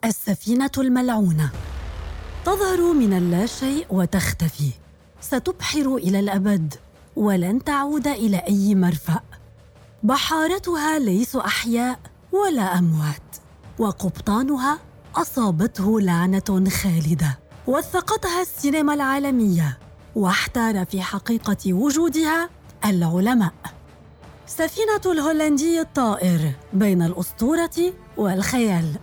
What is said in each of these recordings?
السفينة الملعونة تظهر من اللاشيء وتختفي، ستبحر إلى الأبد ولن تعود إلى أي مرفأ. بحارتها ليسوا أحياء ولا أموات، وقبطانها أصابته لعنة خالدة وثقتها السينما العالمية، واحتار في حقيقة وجودها العلماء. سفينة الهولندي الطائر بين الأسطورة والخيال.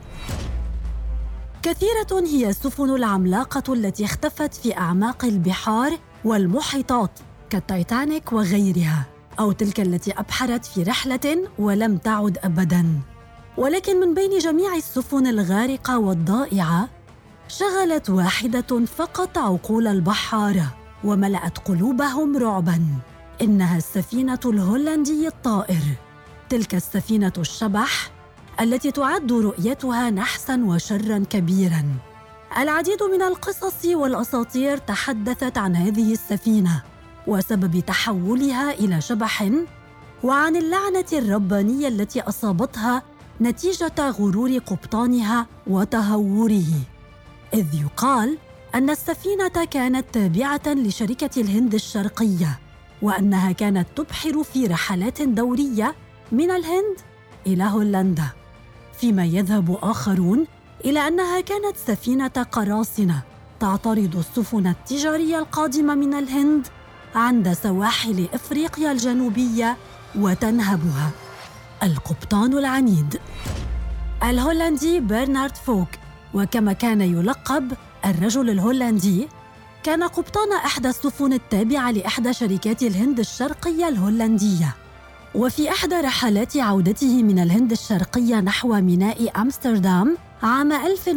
كثيرة هي السفن العملاقة التي اختفت في أعماق البحار والمحيطات كالتايتانيك وغيرها، أو تلك التي أبحرت في رحلة ولم تعد أبداً. ولكن من بين جميع السفن الغارقة والضائعة شغلت واحدة فقط عقول البحارة وملأت قلوبهم رعباً. إنها السفينة الهولندي الطائر، تلك السفينة الشبح التي تعد رؤيتها نحساً وشراً كبيراً. العديد من القصص والأساطير تحدثت عن هذه السفينة وسبب تحولها إلى شبح، وعن اللعنة الربانية التي أصابتها نتيجة غرور قبطانها وتهوره. إذ يقال أن السفينة كانت تابعة لشركة الهند الشرقية، وأنها كانت تبحر في رحلات دورية من الهند إلى هولندا، فيما يذهب آخرون إلى أنها كانت سفينة قراصنة تعترض السفن التجارية القادمة من الهند عند سواحل إفريقيا الجنوبية وتنهبها. القبطان العنيد. الهولندي برنارد فوك، وكما كان يلقب الرجل الهولندي، كان قبطان إحدى السفن التابعة لإحدى شركات الهند الشرقية الهولندية. وفي إحدى رحلات عودته من الهند الشرقية نحو ميناء أمستردام عام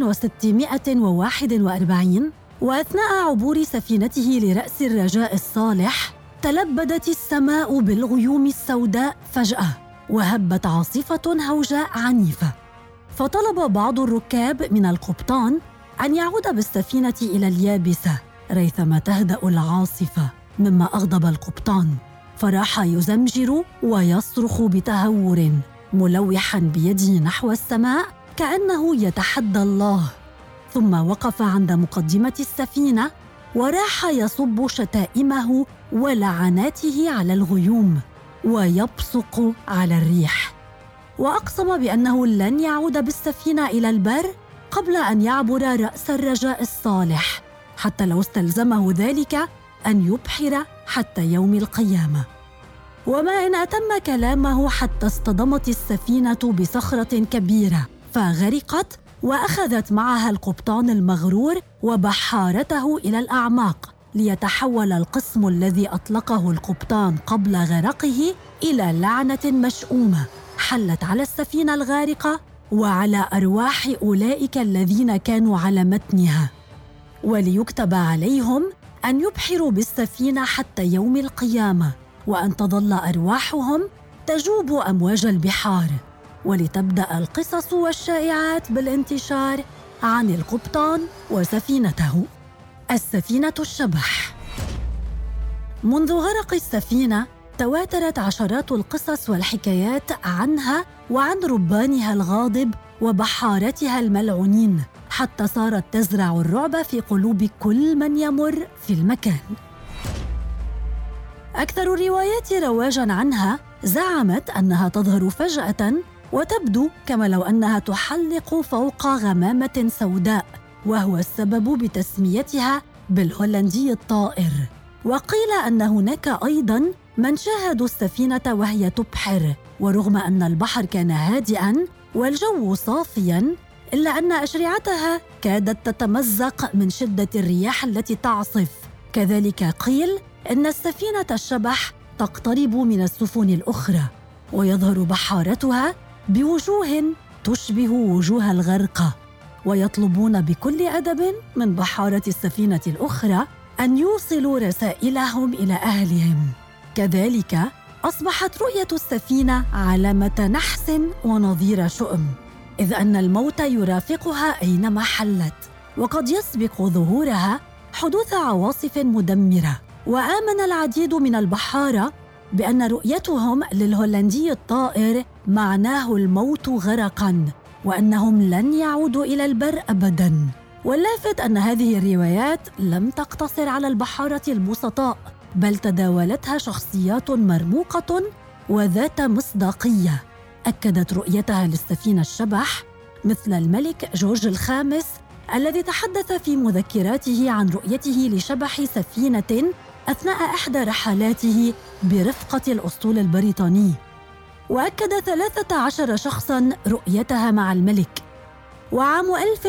1641، وأثناء عبور سفينته لرأس الرجاء الصالح، تلبدت السماء بالغيوم السوداء فجأة، وهبت عاصفة هوجاء عنيفة. فطلب بعض الركاب من القبطان أن يعود بالسفينة إلى اليابسة ريثما تهدأ العاصفة، مما أغضب القبطان، فراح يزمجر ويصرخ بتهور ملوحاً بيده نحو السماء كأنه يتحدى الله. ثم وقف عند مقدمة السفينة وراح يصب شتائمه ولعناته على الغيوم ويبصق على الريح، وأقسم بأنه لن يعود بالسفينة إلى البر قبل أن يعبر رأس الرجاء الصالح، حتى لو استلزمه ذلك أن يبحر حتى يوم القيامة. وما إن أتم كلامه حتى اصطدمت السفينة بصخرة كبيرة فغرقت، وأخذت معها القبطان المغرور وبحارته إلى الأعماق، ليتحول القسم الذي أطلقه القبطان قبل غرقه إلى لعنة مشؤومة حلت على السفينة الغارقة وعلى أرواح أولئك الذين كانوا على متنها، وليكتب عليهم أن يبحروا بالسفينة حتى يوم القيامة، وأن تظل أرواحهم تجوب أمواج البحار، ولتبدأ القصص والشائعات بالانتشار عن القبطان وسفينته. السفينة الشبح. منذ غرق السفينة تواترت عشرات القصص والحكايات عنها وعن ربانها الغاضب وبحارتها الملعونين، حتى صارت تزرع الرعب في قلوب كل من يمر في المكان. أكثر الروايات رواجاً عنها زعمت أنها تظهر فجأة وتبدو كما لو أنها تحلق فوق غمامة سوداء، وهو السبب بتسميتها بالهولندي الطائر. وقيل أن هناك أيضاً من شاهدوا السفينة وهي تبحر، ورغم أن البحر كان هادئاً والجو صافياً، إلا أن أشرعتها كادت تتمزق من شدة الرياح التي تعصف. كذلك قيل إن السفينة الشبح تقترب من السفن الأخرى، ويظهر بحارتها بوجوه تشبه وجوه الغرقى، ويطلبون بكل أدب من بحارة السفينة الأخرى أن يوصلوا رسائلهم إلى أهلهم. كذلك أصبحت رؤية السفينة علامة نحس ونظير شؤم، إذ أن الموت يرافقها أينما حلت، وقد يسبق ظهورها حدوث عواصف مدمرة. وآمن العديد من البحارة بأن رؤيتهم للهولندي الطائر معناه الموت غرقاً، وأنهم لن يعودوا إلى البر أبداً. واللافت أن هذه الروايات لم تقتصر على البحارة البسطاء، بل تداولتها شخصيات مرموقة وذات مصداقية أكدت رؤيتها للسفينة الشبح، مثل الملك جورج الخامس الذي تحدث في مذكراته عن رؤيته لشبح سفينة أثناء إحدى رحلاته برفقة الأسطول البريطاني. وأكد 13 شخصاً رؤيتها مع الملك. وعام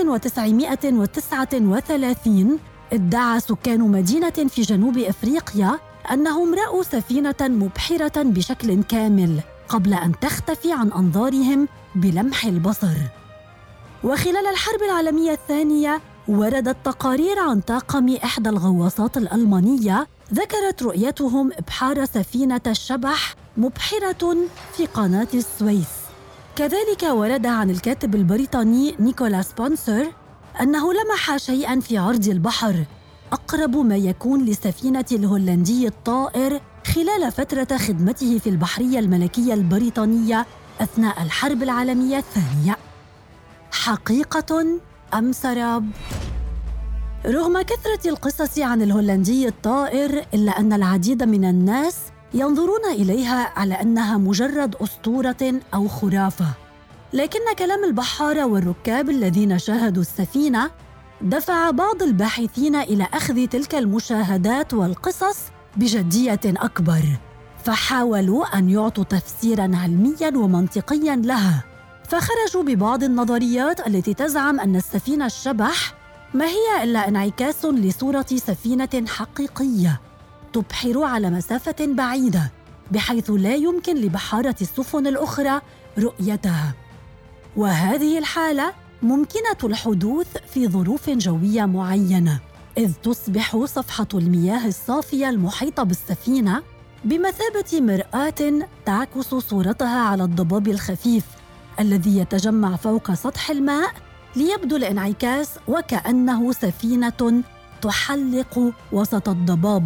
1939 ادعى سكان مدينة في جنوب أفريقيا أنهم رأوا سفينة مبحرة بشكل كامل قبل أن تختفي عن أنظارهم بلمح البصر. وخلال الحرب العالمية الثانية وردت تقارير عن طاقم إحدى الغواصات الألمانية ذكرت رؤيتهم إبحار سفينة الشبح مبحرة في قناة السويس. كذلك ورد عن الكاتب البريطاني نيكولاس سبونسر أنه لمح شيئاً في عرض البحر أقرب ما يكون لسفينة الهولندي الطائر خلال فترة خدمته في البحرية الملكية البريطانية أثناء الحرب العالمية الثانية. حقيقة أم سراب؟ رغم كثرة القصص عن الهولندي الطائر، إلا أن العديد من الناس ينظرون إليها على أنها مجرد أسطورة أو خرافة. لكن كلام البحارة والركاب الذين شاهدوا السفينة دفع بعض الباحثين إلى أخذ تلك المشاهدات والقصص بجدية أكبر، فحاولوا أن يعطوا تفسيراً علمياً ومنطقياً لها. فخرجوا ببعض النظريات التي تزعم أن السفينة الشبح ما هي إلا انعكاس لصورة سفينة حقيقية تبحر على مسافة بعيدة، بحيث لا يمكن لبحارة السفن الأخرى رؤيتها. وهذه الحالة ممكنة الحدوث في ظروف جوية معينة، إذ تصبح صفحة المياه الصافية المحيطة بالسفينة بمثابة مرآة تعكس صورتها على الضباب الخفيف الذي يتجمع فوق سطح الماء، ليبدو الانعكاس وكأنه سفينة تحلق وسط الضباب.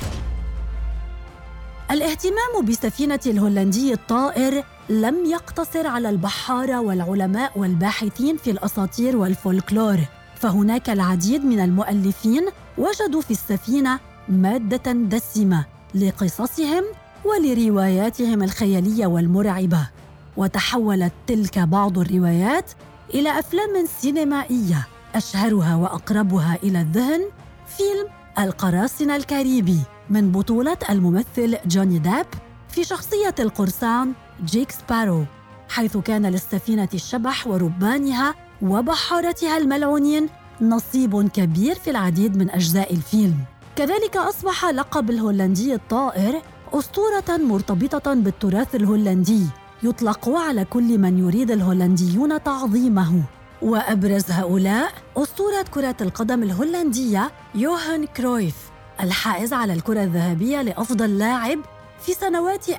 الاهتمام بسفينة الهولندي الطائر لم يقتصر على البحارة والعلماء والباحثين في الأساطير والفولكلور، فهناك العديد من المؤلفين وجدوا في السفينة مادة دسمة لقصصهم ولرواياتهم الخيالية والمرعبة. وتحولت تلك بعض الروايات إلى أفلام سينمائية، أشهرها وأقربها إلى الذهن فيلم القراصنة الكاريبي من بطولة الممثل جوني ديب في شخصية القرصان جيك سبارو، حيث كان للسفينة الشبح وربانها وبحارتها الملعونين نصيب كبير في العديد من أجزاء الفيلم. كذلك أصبح لقب الهولندي الطائر أسطورة مرتبطة بالتراث الهولندي، يطلق على كل من يريد الهولنديون تعظيمه. وأبرز هؤلاء أسطورة كرة القدم الهولندية يوهان كرويف، الحائز على الكرة الذهبية لأفضل لاعب في سنوات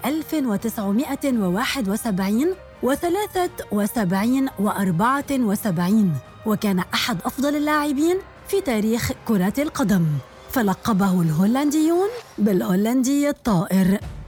1971 و73 و74، وكان أحد أفضل اللاعبين في تاريخ كرة القدم، فلقبه الهولنديون بالهولندي الطائر.